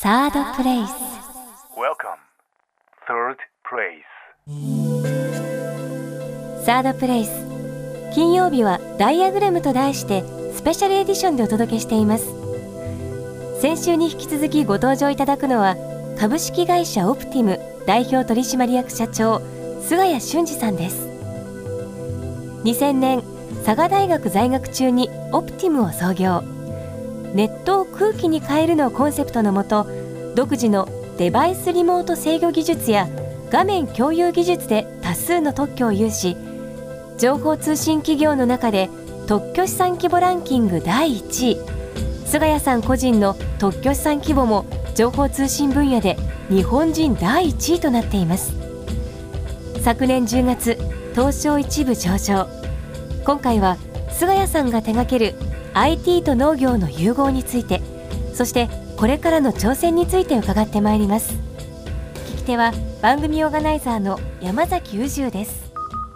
サードプレイス。 Welcome, third place. サードプレイス、金曜日はダイアグラムと題してスペシャルエディションでお届けしています。先週に引き続きご登場いただくのは株式会社オプティム代表取締役社長菅谷俊二さんです。2000年佐賀大学在学中にオプティムを創業。ネットを空気に変えるのをコンセプトのもと、独自のデバイスリモート制御技術や画面共有技術で多数の特許を有し、情報通信企業の中で特許資産規模ランキング第1位、菅谷さん個人の特許資産規模も情報通信分野で日本人第1位となっています。昨年10月、東証一部上場。今回は菅谷さんが手掛ける IT と農業の融合について、そしてこれからの挑戦について伺ってまいります。聞き手は番組オーガナイザーの山崎宇宙です。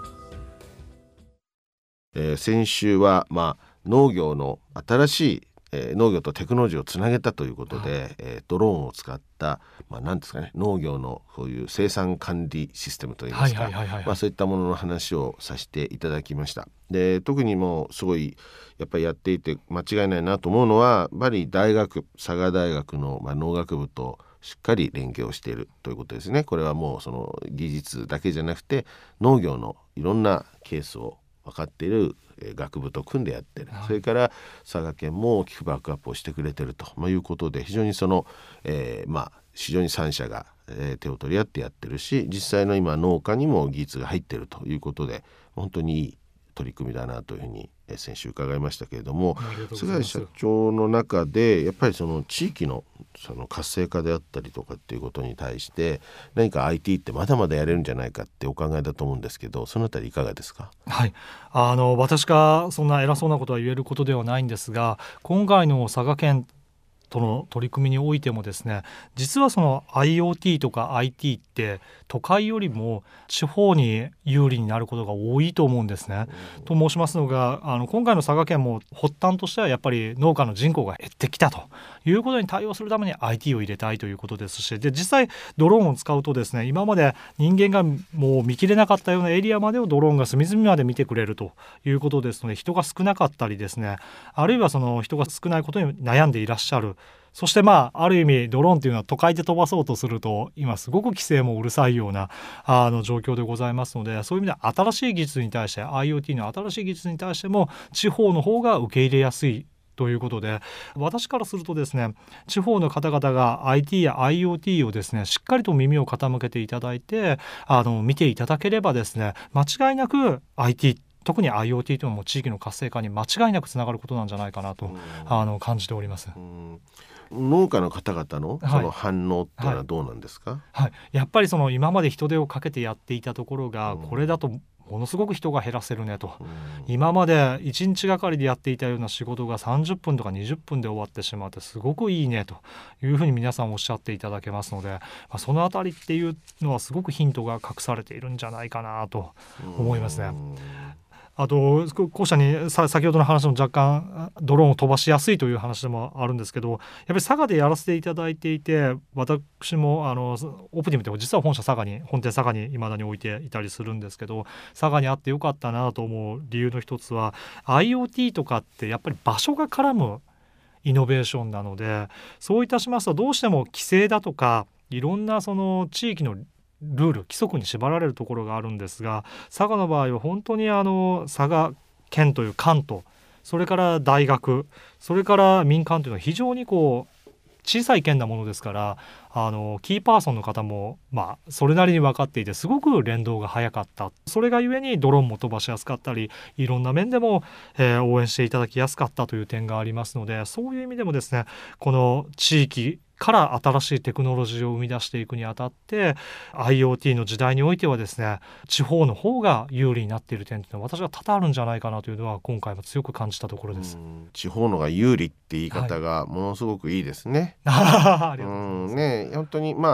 先週は、農業の新しい農業とテクノロジーをつなげたということで、ドローンを使った、何ですかね、農業のそういう生産管理システムといいますか、そういったものの話をさせていただきました。で、特にもうすごいやっぱりやっていて間違いないなと思うのは、やっぱり佐賀大学の、農学部としっかり連携をしているということですね。これはもうその技術だけじゃなくて農業のいろんなケースを分かっている学部と組んでやってる、それから佐賀県も大きくバックアップをしてくれてるということで、非常にその、非常に3社が、手を取り合ってやってるし、実際の今農家にも技術が入ってるということで、本当にいい取り組みだなというふうに先週伺いましたけれども、菅谷社長の中でやっぱりその地域のその活性化であったりとかっていうことに対して何か IT ってまだまだやれるんじゃないかってお考えだと思うんですけど、そのあたりいかがですか？ はい、私がそんな偉そうなことは言えることではないんですが、今回の佐賀県との取り組みにおいてもですね、実はその IoT とか IT って都会よりも地方に有利になることが多いと思うんですね。と申しますのが、今回の佐賀県も発端としてはやっぱり農家の人口が減ってきたということに対応するために IT を入れたいということですし、で実際ドローンを使うとですね、今まで人間がもう見切れなかったようなエリアまでをドローンが隅々まで見てくれるということですので、人が少なかったりですね、あるいはその人が少ないことに悩んでいらっしゃる。そしてある意味ドローンというのは都会で飛ばそうとすると今すごく規制もうるさいような状況でございますので、そういう意味で新しい技術に対して IoT の新しい技術に対しても地方の方が受け入れやすいということで、私からするとですね、地方の方々が IT や IoT をですねしっかりと耳を傾けていただいて見ていただければですね、間違いなく IT、特に IoT というのも地域の活性化に間違いなくつながることなんじゃないかなと感じております。 農家の方々のその反応っていうのはどうなんですか？ やっぱりその今まで人手をかけてやっていたところが、これだとものすごく人が減らせるねと、今まで1日がかりでやっていたような仕事が30分とか20分で終わってしまってすごくいいねというふうに皆さんおっしゃっていただけますので、そのあたりっていうのはすごくヒントが隠されているんじゃないかなと思いますね。あと後者に先ほどの話も若干ドローンを飛ばしやすいという話でもあるんですけど、やっぱり佐賀でやらせていただいていて、私もオプティムって実は本店佐賀に未だに置いていたりするんですけど、佐賀にあってよかったなと思う理由の一つは IoT とかってやっぱり場所が絡むイノベーションなので、そういたしますとどうしても規制だとかいろんなその地域のルール規則に縛られるところがあるんですが、佐賀の場合は本当に佐賀県という官と、それから大学、それから民間というのは非常に小さい県なものですから、キーパーソンの方もそれなりに分かっていてすごく連動が早かった。それがゆえにドローンも飛ばしやすかったり、いろんな面でも、応援していただきやすかったという点がありますので、そういう意味でもですね、この地域から新しいテクノロジーを生み出していくにあたって IoT の時代においてはですね、地方の方が有利になっている点というのは私は多々あるんじゃないかなというのは今回も強く感じたところです。 地方のが有利って言い方がものすごくいいですね。 ありがとうございます。 本当に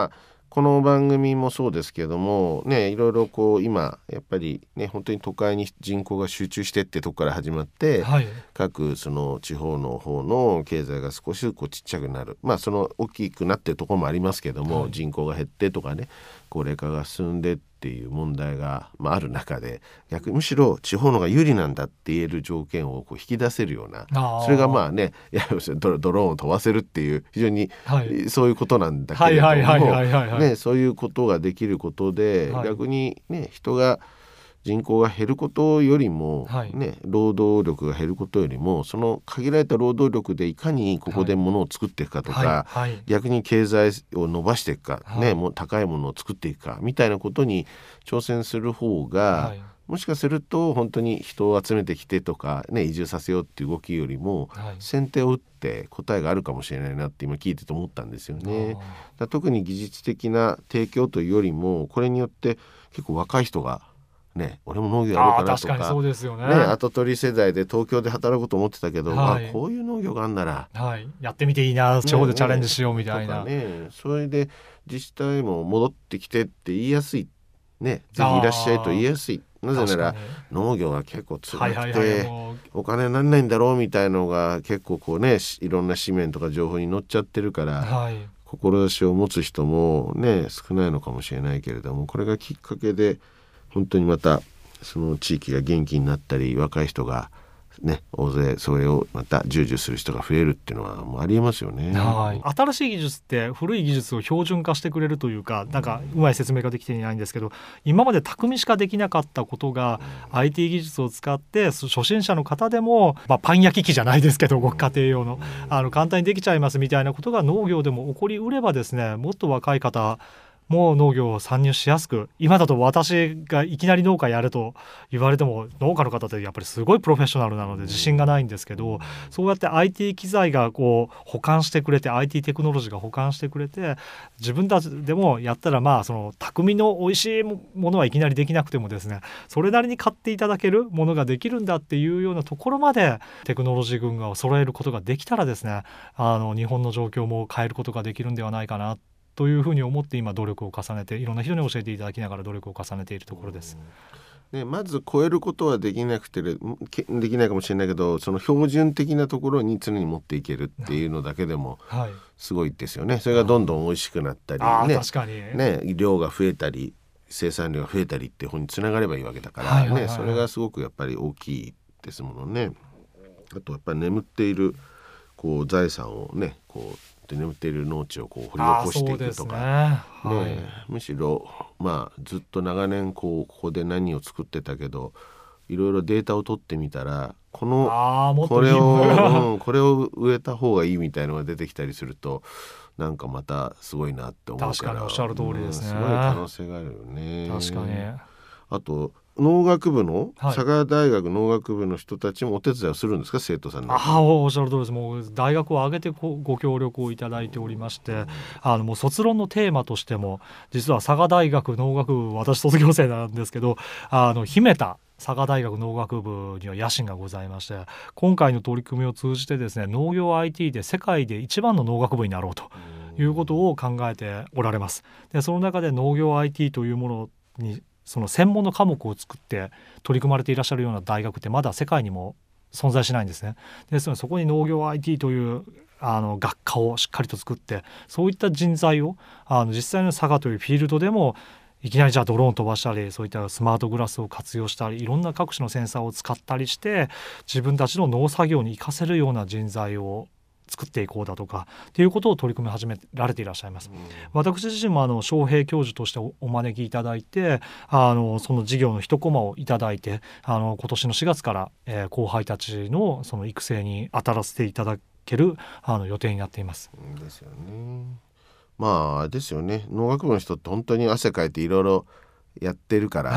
この番組もそうですけどもね、いろいろこう今やっぱりね本当に都会に人口が集中してってとこから始まって、 はい、 各その地方の方の経済が少しずつこうちっちゃくなる、その大きくなってるところもありますけども、人口が減ってとかね高齢化が進んでっていう問題が、ある中で逆にむしろ地方の方が有利なんだって言える条件をこう引き出せるような、それが要するにドローンを飛ばせるっていう非常に、そういうことなんだけれども、そういうことができることで、逆にね人口が減ることよりも、労働力が減ることよりもその限られた労働力でいかにここで物を作っていくかとか、逆に経済を伸ばしていくか、もう高いものを作っていくかみたいなことに挑戦する方が、もしかすると本当に人を集めてきてとか、移住させようっていう動きよりも、先手を打って答えがあるかもしれないなって今聞いてて思ったんですよね。特に技術的な提供というよりもこれによって結構若い人が俺も農業やろうかなとか、 確かにそうですよね。 後取り世代で東京で働こうと思ってたけど、こういう農業があんなら、 やってみていいな、地方でチャレンジしようみたいな、 それで自治体も戻ってきてって言いやすい、ぜひいらっしゃいと言いやすい。なぜなら農業は結構辛くてお金にならないんだろうみたいのが結構こういろんな紙面とか情報に載っちゃってるから、志を持つ人も少ないのかもしれないけれども、これがきっかけで本当にまたその地域が元気になったり、若い人が大勢それをまた従事する人が増えるっていうのはもうありえますよね。 新しい技術って古い技術を標準化してくれるというか、なんかうまい説明ができていないんですけど、今まで匠しかできなかったことが、IT 技術を使って初心者の方でも、パン焼き器じゃないですけどご家庭用の、簡単にできちゃいますみたいなことが農業でも起こりうればですね、もっと若い方もう農業を参入しやすく、今だと私がいきなり農家やると言われても農家の方ってやっぱりすごいプロフェッショナルなので自信がないんですけど、そうやって IT 機材がこう補完してくれて、 IT テクノロジーが補完してくれて、自分たちでもやったらその匠の美味しいものはいきなりできなくてもですね、それなりに買っていただけるものができるんだっていうようなところまでテクノロジー群が揃えることができたらですね、日本の状況も変えることができるんではないかなというふうに思って、今努力を重ねて、いろんな人に教えていただきながら努力を重ねているところです。 まず超えることはできないかもしれないけど、その標準的なところに常に持っていけるっていうのだけでもすごいですよね。それがどんどん美味しくなったり、 確かに量が増えたり生産量が増えたりっていう方につながればいいわけだから、それがすごくやっぱり大きいですものね。あとやっぱり眠っているこう財産を眠っている農地をこう掘り起こしていくとか、むしろずっと長年ここで何を作ってたけど、いろいろデータを取ってみたらこれを植えた方がいいみたいのが出てきたりすると、なんかまたすごいなって思うから、 確かにおっしゃる通りですね。 すごい可能性があるよね。 確かに。 あと農学部の、佐賀大学農学部の人たちもお手伝いをするんですか、生徒さんの。 おっしゃる通りです。もう大学を挙げてご協力をいただいておりまして、もう卒論のテーマとしても、実は佐賀大学農学部、私卒業生なんですけど、秘めた佐賀大学農学部には野心がございまして、今回の取り組みを通じてですね、農業 IT で世界で一番の農学部になろうということを考えておられます。でその中で農業 IT というものにその専門の科目を作って取り組まれていらっしゃるような大学ってまだ世界にも存在しないんですね。ですのでそこに農業 IT という学科をしっかりと作って、そういった人材を実際の佐賀というフィールドでもいきなりじゃあドローン飛ばしたり、そういったスマートグラスを活用したり、いろんな各種のセンサーを使ったりして自分たちの農作業に生かせるような人材を作っていこうだとかっていうことを取り組み始められていらっしゃいます。私自身も招聘教授としてお招きいただいて、その事業の一コマをいただいて、今年の4月から、後輩たちのその育成に当たらせていただける予定になっています。 ですよね。ですよね。農学部の人って本当に汗かいていろいろやってるから、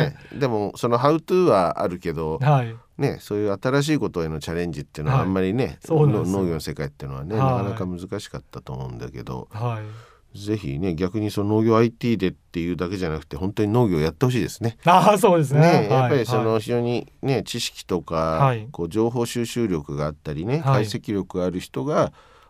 でもそのハウトゥーはあるけど、そういう新しいことへのチャレンジっていうのはあんまり農業の世界っていうのはなかなか難しかったと思うんだけど、ぜひ逆にその農業 IT でっていうだけじゃなくて本当に農業やってほしいですね。 そうですね。 やっぱりその非常に知識とかこう情報収集力があったり解析力がある人が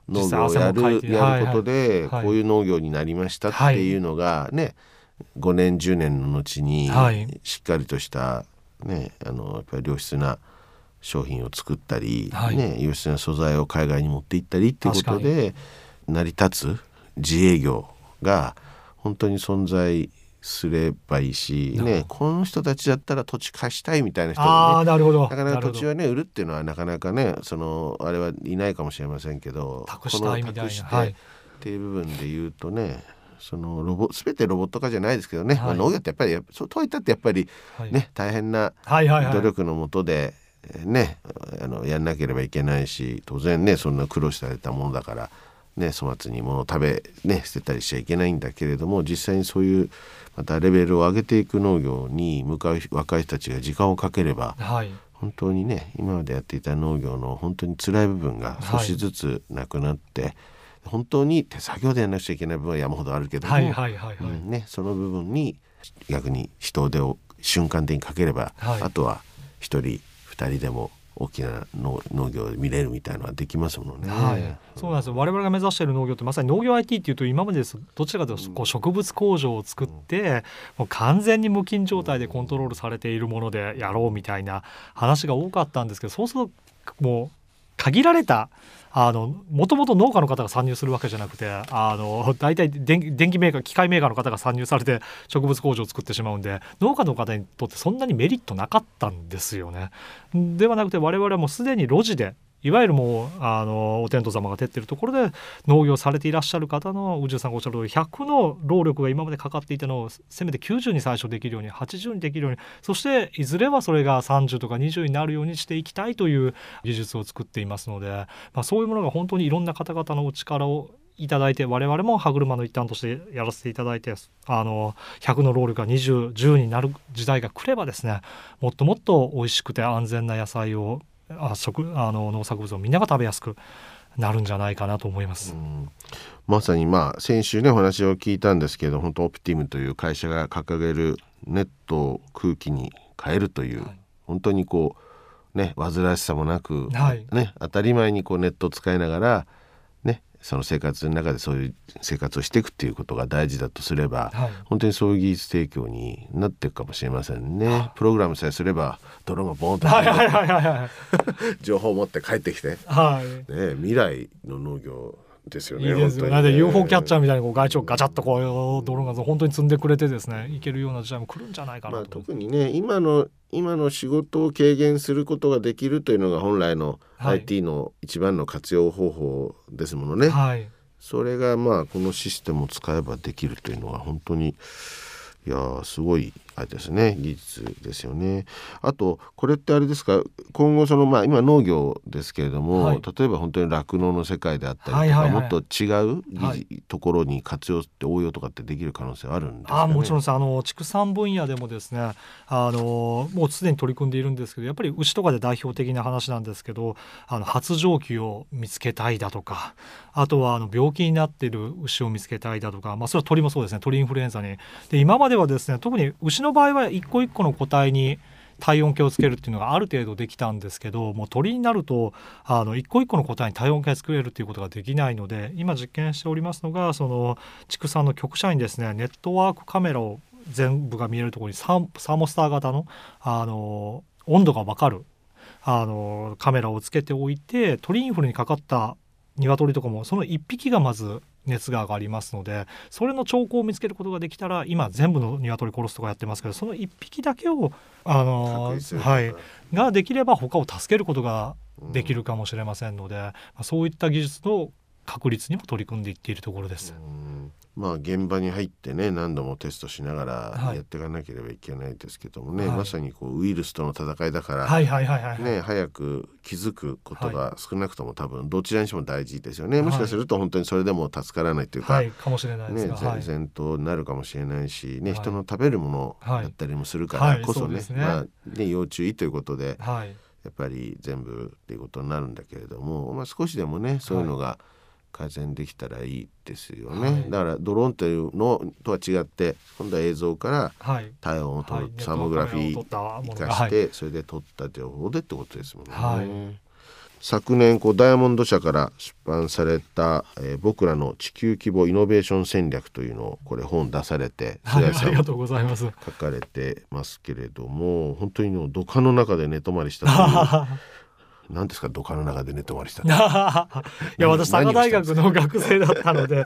農業をやることで、 はいこういう農業になりましたっていうのがね、5年10年の後にしっかりとしたね、やっぱり良質な商品を作ったり、ね、良質な素材を海外に持って行ったりっていうことで成り立つ自営業が本当に存在すればいいし、ね、この人たちだったら土地貸したいみたいな人がね、 なるほど、 なかなか土地はね売るっていうのはなかなかねあれはいないかもしれませんけど、 託したいみたいな、 この託してっていう部分で言うとね、全てロボット化じゃないですけどね、農業ってやっぱりそうとはいったってやっぱりね、大変な努力のもとでね、やんなければいけないし、当然ねそんな苦労されたものだからね、粗末に物を捨てたりしちゃいけないんだけれども、実際にそういうまたレベルを上げていく農業に向かう若い人たちが時間をかければ、本当にね今までやっていた農業の本当に辛い部分が少しずつなくなって、本当に手作業でやらなくちゃいけない部分は山ほどあるけども、その部分に逆に人手を瞬間的にかければ、あとは一人二人でも大きな農業を見れるみたいなのはできますもんね。 そうなんですよ。我々が目指している農業ってまさに農業 IT っていうと、今までどちらかというとこう植物工場を作って、もう完全に無菌状態でコントロールされているものでやろうみたいな話が多かったんですけど、そうするともう限られたもともと農家の方が参入するわけじゃなくて、大体電気メーカー機械メーカーの方が参入されて植物工場を作ってしまうんで、農家の方にとってそんなにメリットなかったんですよね。ではなくて、我々はもうすでに路地でいわゆるもうお天道様が照っているところで農業されていらっしゃる方の、宇宙さんがおっしゃる通り100の労力が今までかかっていたのをせめて90に最初できるように、80にできるように、そしていずれはそれが30とか20になるようにしていきたいという技術を作っていますので、そういうものが本当にいろんな方々のお力をいただいて、我々も歯車の一端としてやらせていただいて、100の労力が20、10になる時代が来ればですね、もっともっと美味しくて安全な野菜を農作物をみんなが食べやすくなるんじゃないかなと思います。 まさに先週ねお話を聞いたんですけど、本当オプティムという会社が掲げるネットを空気に変えるという、本当にこうね煩わしさもなく、当たり前にこうネットを使いながらね、その生活の中でそういう生活をしていくっていうことが大事だとすれば、本当にそういう技術提供になっていくかもしれませんね。プログラムさえすればドローンがボーンと情報を持って帰ってきて、未来の農業ですよね。 いいですよね。UFO キャッチャーみたいに外地をガチャッとこうドローンが本当に積んでくれてですね、いけるような時代も来るんじゃないかなと。 特にね今の仕事を軽減することができるというのが本来の IT の一番の活用方法ですものね。それがこのシステムを使えばできるというのは本当にすごいあれですね、技術ですよね。あとこれってあれですか、今後今農業ですけれども、例えば本当に酪農の世界であったりとか、もっと違うところに活用って応用とかってできる可能性はあるんですかね。 もちろんです。畜産分野でもですね、もうすでに取り組んでいるんですけど、やっぱり牛とかで代表的な話なんですけど、発情期を見つけたいだとか、あとは病気になっている牛を見つけたいだとか、それは鳥もそうですね、鳥インフルエンザに。で今まではですね、特に牛の場合は一個一個の個体に体温計をつけるっていうのがある程度できたんですけど、もう鳥になると一個一個の個体に体温計を作れるっていうことができないので、今実験しておりますのが、その畜産の局舎にですね、ネットワークカメラを全部が見えるところにサーモスター型の、温度が分かるカメラをつけておいて、鳥インフルにかかった鶏とかもその1匹がまず熱が上がりますので、それの兆候を見つけることができたら、今全部の鶏殺すとかやってますけど、その1匹だけをができれば他を助けることができるかもしれませんので、そういった技術の確立にも取り組んでいっているところです。 現場に入ってね何度もテストしながらやっていかなければいけないですけどもね、まさにこうウイルスとの戦いだから、早く気づくことが少なくとも多分どちらにしても大事ですよね。もしかすると本当にそれでも助からないというか、 かもしれないですが、 前線となるかもしれないし、人の食べるものだったりもするからこそね、要注意ということで、やっぱり全部っていうことになるんだけれども、少しでもねそういうのが改善できたらいいですよね。だからドローンというのとは違って、今度は映像から体温を取る、サーモグラフィー生かして、それで取った情報でってことですもんね。 昨年ダイヤモンド社から出版された、僕らの地球規模イノベーション戦略というのを本出されて、 はい、ありがとうございます。 書かれてますけれども、本当に土管の中で寝泊まりしたという何ですか、土管の中で寝泊まりしたいや、私佐賀大学の学生だったので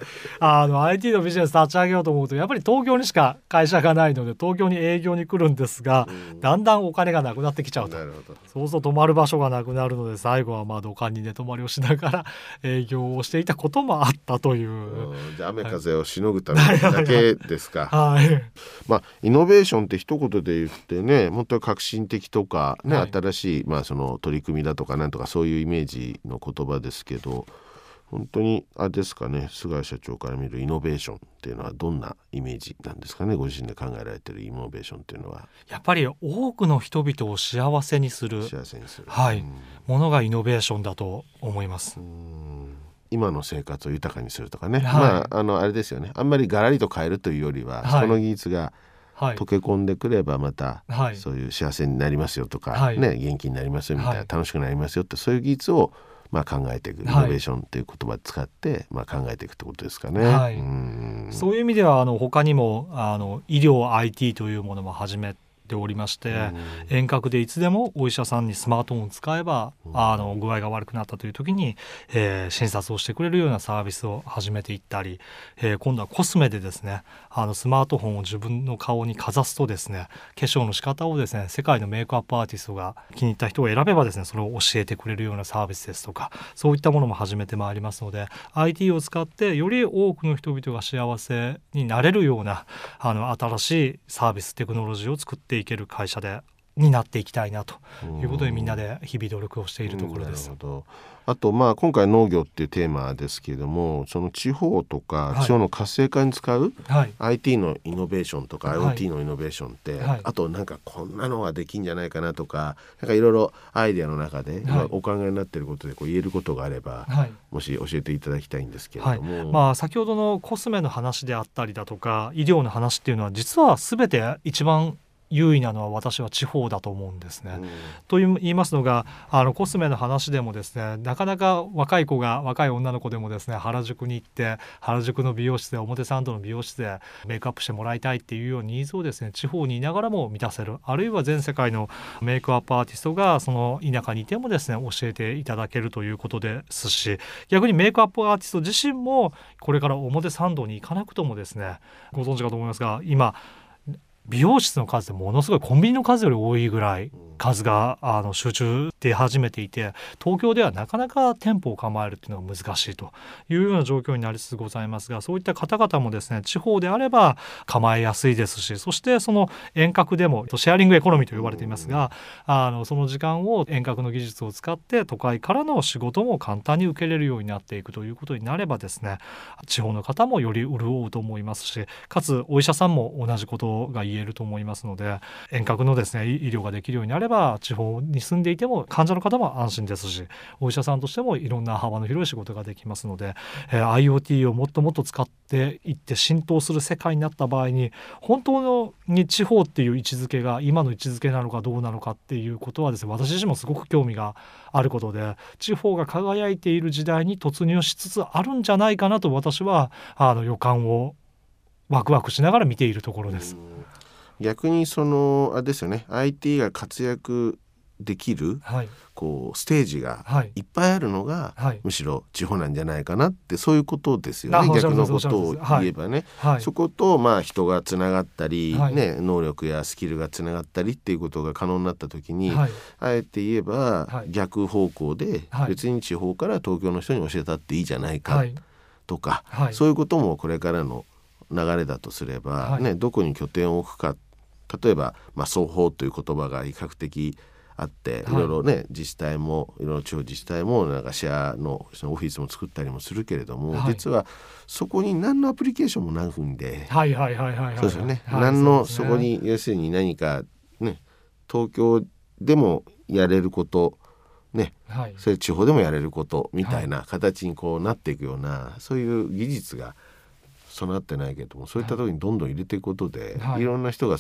IT のビジネス立ち上げようと思うとやっぱり東京にしか会社がないので東京に営業に来るんですが、だんだんお金がなくなってきちゃうと。 なるほど。 そうすると泊まる場所がなくなるので、最後は土管に寝泊まりをしながら営業をしていたこともあったという。 じゃあ雨風をしのぐためだけですか。 はい、 イノベーションって一言で言ってね、本当に革新的とかね、 はい、 新しいその取り組みだとかなんとかそういうイメージの言葉ですけど、本当にですかね、菅社長から見るイノベーションっていうのはどんなイメージなんですかね。ご自身で考えられているイノベーションっていうのはやっぱり多くの人々を幸せにする、はい、ものがイノベーションだと思います。 今の生活を豊かにするとかね、 はい、 あれですよね、あんまりガラリと変えるというよりは、 はい、 その技術が溶け込んでくればまた、 はい、 そういう幸せになりますよとか、 はい、 ね、元気になりますよみたいな、 はい、 楽しくなりますよって、そういう技術を考えていく、イノベーションっていう言葉を使って、考えていくってことですかね。 はい、そういう意味では他にも医療 IT というものも始めておりまして、遠隔でいつでもお医者さんにスマートフォンを使えば具合が悪くなったという時に、診察をしてくれるようなサービスを始めていったり、今度はコスメでですね、スマートフォンを自分の顔にかざすとですね、化粧の仕方をですね、世界のメイクアップアーティストが気に入った人を選べばですね、それを教えてくれるようなサービスですとか、そういったものも始めてまいりますので、 IT を使ってより多くの人々が幸せになれるような新しいサービステクノロジーを作っていける会社になっていきたいなということで、みんなで日々努力をしているところです。 なるほど。あと今回農業っていうテーマですけれども、その地方とか地方の活性化に使う、はい、IT のイノベーションとか、はい、IoT のイノベーションって、はい、あとこんなのができんじゃないかなとか、いろいろアイデアの中で、はい、お考えになっていることで言えることがあれば、はい、もし教えていただきたいんですけれども、 はい、先ほどのコスメの話であったりだとか医療の話っていうのは、実は全て一番優位なのは私は地方だと思うんですね。と言いますのが、コスメの話でもですね、なかなか若い女の子でもですね、原宿に行って原宿の美容室で、表参道の美容室でメイクアップしてもらいたいっていうようなニーズをですね、地方にいながらも満たせる、あるいは全世界のメイクアップアーティストがその田舎にいてもですね、教えていただけるということですし、逆にメイクアップアーティスト自身もこれから表参道に行かなくともですね、ご存知かと思いますが、今美容室の数でものすごいコンビニの数より多いぐらい数が集中出始めていて、東京ではなかなか店舗を構えるっていうのが難しいというような状況になりつつございますが、そういった方々もですね、地方であれば構えやすいですし、そしてその遠隔でもシェアリングエコノミーと呼ばれていますが、その時間を遠隔の技術を使って都会からの仕事も簡単に受けれるようになっていくということになればですね、地方の方もより潤うと思いますし、かつお医者さんも同じことが言えると思いますので、遠隔のですね医療ができるようになれば、地方に住んでいても患者の方も安心ですし、お医者さんとしてもいろんな幅の広い仕事ができますので、IoT をもっともっと使っていって浸透する世界になった場合に、本当に地方っていう位置づけが今の位置づけなのかどうなのかっていうことはですね、私自身もすごく興味があることで、地方が輝いている時代に突入しつつあるんじゃないかなと、私は予感をワクワクしながら見ているところです。 逆にあれですよね、 IT が活躍できる、はい、ステージがいっぱいあるのが、はい、むしろ地方なんじゃないかなって、そういうことですよね。逆のことを言えばね、はい、そこと人がつながったり、はいね、能力やスキルがつながったりっていうことが可能になった時に、はい、あえて言えば、はい、逆方向で別に地方から東京の人に教えたっていいじゃないかとか、はい、そういうこともこれからの流れだとすれば、はいね、どこに拠点を置くか、例えば、双方という言葉が比較的あって、いろいろね、自治体もいろいろ地方自治体もシェアのオフィスも作ったりもするけれども、はい、実はそこに何のアプリケーションもないふうにで、そうですよね、何のそこに要するに何かね、東京でもやれることね、はい、それ地方でもやれることみたいな形になっていくような、そういう技術が備わってないけども、そういったところにどんどん入れていくことで、はい、いろんな人が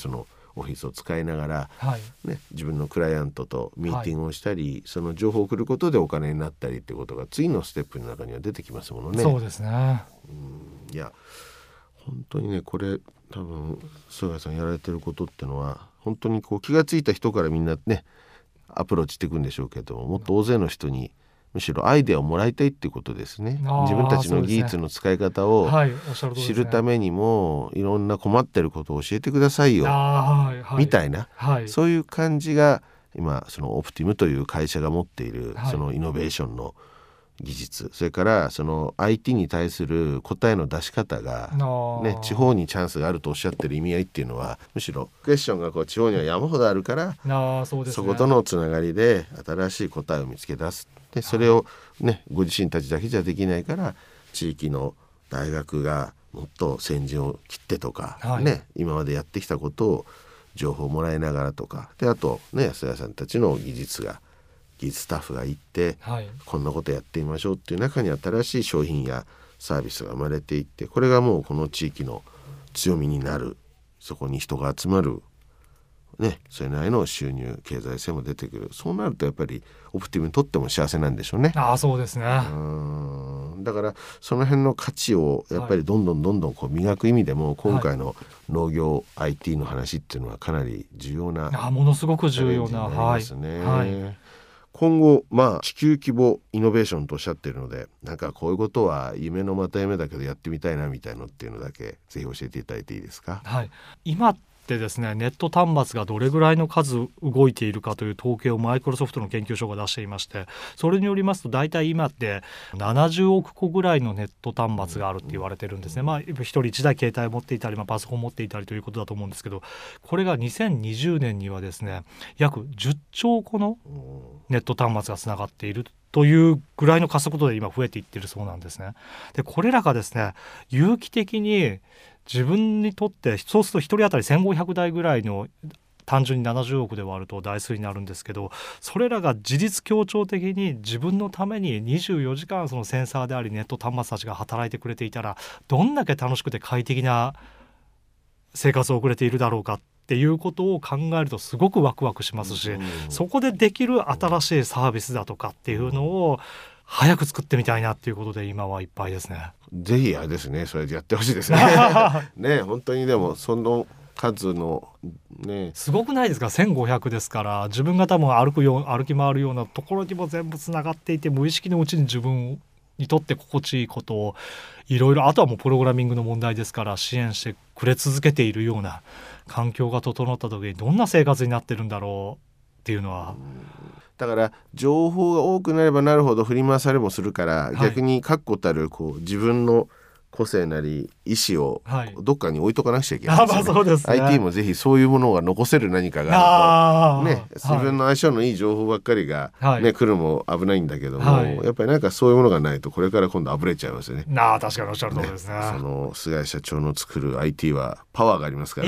オフィスを使いながら、 はい自分のクライアントとミーティングをしたり、その情報を送ることでお金になったりっていうことが次のステップの中には出てきますものね。 そうですね。 いや本当にね、これ多分曽我さんやられてることってのは本当にこう気がついた人からみんなねアプローチしていくんでしょうけど、もっと大勢の人にむしろアイデアをもらいたいっていうことですね。自分たちの技術の使い方をはい、おっしゃる通りですね。 知るためにもいろんな困ってることを教えてくださいよ、 はいはい、 みたいな、 はい、 そういう感じが今そのオプティムという会社が持っているそのイノベーションの技術、それからその IT に対する答えの出し方が、地方にチャンスがあるとおっしゃってる意味合いっていうのは、むしろクエスチョンがこう地方には山ほどあるから、 そうですね、 そことのつながりで新しい答えを見つけ出す。でそれをご自身たちだけじゃできないから、地域の大学がもっと先陣を切ってとか、今までやってきたことを情報をもらいながらとかで、あと安田さんたちの技術スタッフが行って、こんなことやってみましょうっていう中に新しい商品やサービスが生まれていって、これがもうこの地域の強みになる、そこに人が集まる、それなりの収入経済性も出てくる。そうなるとやっぱりオプティブにとっても幸せなんでしょうね。 そうですね。 だからその辺の価値をやっぱりどんどんこう磨く意味でも、今回の農業 IT の話っていうのはかなり重要な、 ものすごく重要な、 ですね。今後地球規模イノベーションとおっしゃっているので、なんかこういうことは夢のまた夢だけどやってみたいなみたいのっていうのだけぜひ教えていただいていいですか。 今ってですね、ネット端末がどれぐらいの数動いているかという統計をマイクロソフトの研究所が出していまして、それによりますと大体今って70億個ぐらいのネット端末があるって言われてるんですね。一人一台携帯を持っていたり、パソコンを持っていたりということだと思うんですけど、これが2020年にはですね、約10兆個のネット端末がつながっているというぐらいの加速度で今増えていってるそうなんですね。でこれらがですね、有機的に自分にとって、そうすると1人当たり1500台ぐらいの、単純に70億で割ると台数になるんですけど、それらが自立協調的に自分のために24時間そのセンサーでありネット端末たちが働いてくれていたら、どんだけ楽しくて快適な生活を送れているだろうかっていうことを考えるとすごくワクワクしますし、そこでできる新しいサービスだとかっていうのを早く作ってみたいなっていうことで今はいっぱいですね。 ぜひあれですね、それでやってほしいですね。本当にでもその数のすごくないですか。1500ですから、自分が多分歩き回るようなところにも全部つながっていて、無意識のうちに自分にとって心地いいことをいろいろ、あとはもうプログラミングの問題ですから支援してくれ続けているような環境が整った時にどんな生活になってるんだろうっていうのは、 だから情報が多くなればなるほど振り回されもするから、逆に確固たる自分の個性なり意思をどっかに置いとかなくちゃいけないですよね。 そうですね。 IT もぜひそういうものが残せる何かがあると、自分の相性のいい情報ばっかりが、来るも危ないんだけども、やっぱりなんかそういうものがないとこれから今度あぶれちゃいますよね。 確かにおっしゃる通りですね。 その菅井社長の作る IT はパワーがありますから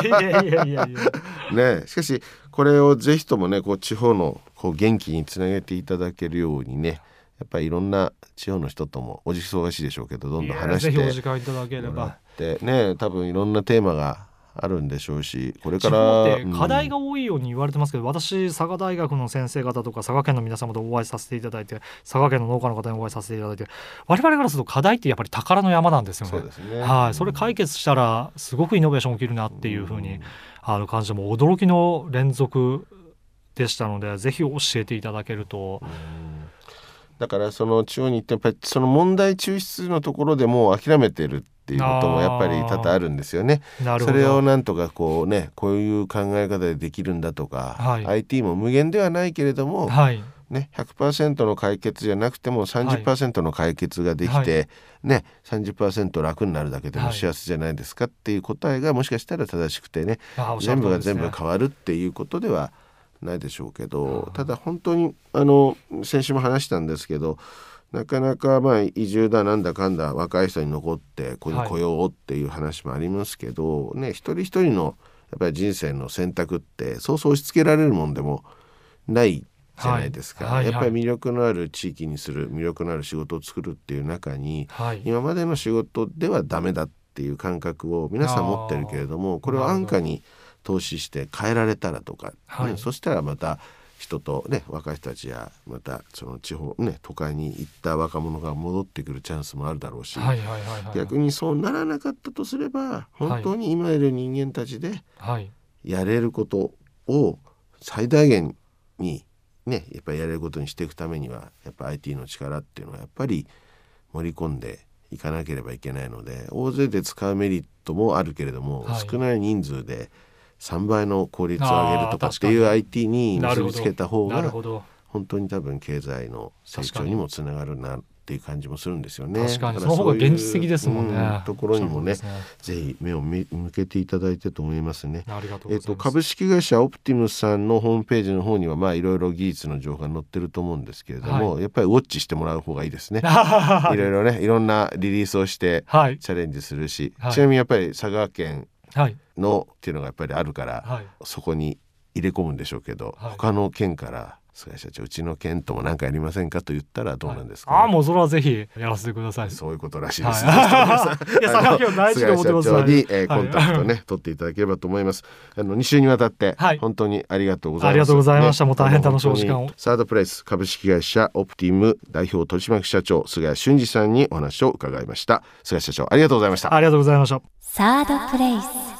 しかしこれをぜひとも地方の元気につなげていただけるようにやっぱりいろんな地方の人ともお忙しいでしょうけど、どんどん話してぜひお時間いただければで多分いろんなテーマがあるんでしょうし、これから地方って課題が多いように言われてますけど、私佐賀大学の先生方とか佐賀県の皆様とお会いさせていただいて、佐賀県の農家の方にお会いさせていただいて、我々からすると課題ってやっぱり宝の山なんですよね。 そうですね。 それ解決したらすごくイノベーション起きるなっていうふうに感じて、も驚きの連続でしたので、ぜひ教えていただけると。 だからその地方に行ってやっぱりその問題抽出のところでもう諦めてるっていうこともやっぱり多々あるんですよね。それをなんとかこういう考え方でできるんだとか、IT も無限ではないけれども、100% の解決じゃなくても 30% の解決ができて、30% 楽になるだけでも幸せじゃないですかっていう答えがもしかしたら正しくて全部が全部変わるっていうことではないでしょうけど、ただ本当に先週も話したんですけど、なかなか移住だなんだかんだ若い人に残ってここに来ようっていう話もありますけど、一人一人のやっぱり人生の選択ってそうそう押し付けられるもんでもないじゃないですか。やっぱり魅力のある地域にする、魅力のある仕事を作るっていう中に、今までの仕事ではダメだっていう感覚を皆さん持ってるけれども、これを安価に投資して変えられたらとか、 はいそしたらまた人とね若い人たちやまたその地方ね都会に行った若者が戻ってくるチャンスもあるだろうし、 はいはいはいはい、 逆にそうならなかったとすれば本当に今いる人間たちではいやれることを最大限にねやっぱりやれることにしていくためにはやっぱ IT の力っていうのはやっぱり盛り込んでいかなければいけないので、大勢で使うメリットもあるけれども、 はい少ない人数で3倍の効率を上げるとかっていうあー確かに IT に結びつけた方がなるほど本当に多分経済の成長にもつながるなっていう感じもするんですよね。 確かにだその方がういう現実的ですもんね、 ところにもねそうですぜひ目を向けていただいてと思いますね。 ありがとうございます、 株式会社オプティムスさんのホームページの方にはまあいろいろ技術の情報が載ってると思うんですけれども、 はやっぱりウォッチしてもらう方がいいですね。 はいろいろねいろんなリリースをしてはいチャレンジするし、 はいちなみにやっぱり佐賀県はいのっていうのがやっぱりあるから、 はいそこに入れ込むんでしょうけど、 はい他の県から菅社長うちの県とも何かやりませんかと言ったらどうなんですか、ねああもうそれはぜひやらせてください。 そういうことらしいです、 はいいや佐賀県を大事に思ってます菅社長に、 はいコンタクトね取っていただければと思います。2週にわたってはい本当にありがとうございます。 ありがとうございましたもう大変楽しいお時間を本当にサードプレイス株式会社オプティム代表取締役社長菅谷俊二さんにお話を伺いました。菅社長ありがとうございました。 ありがとうございました。 サードプレイス。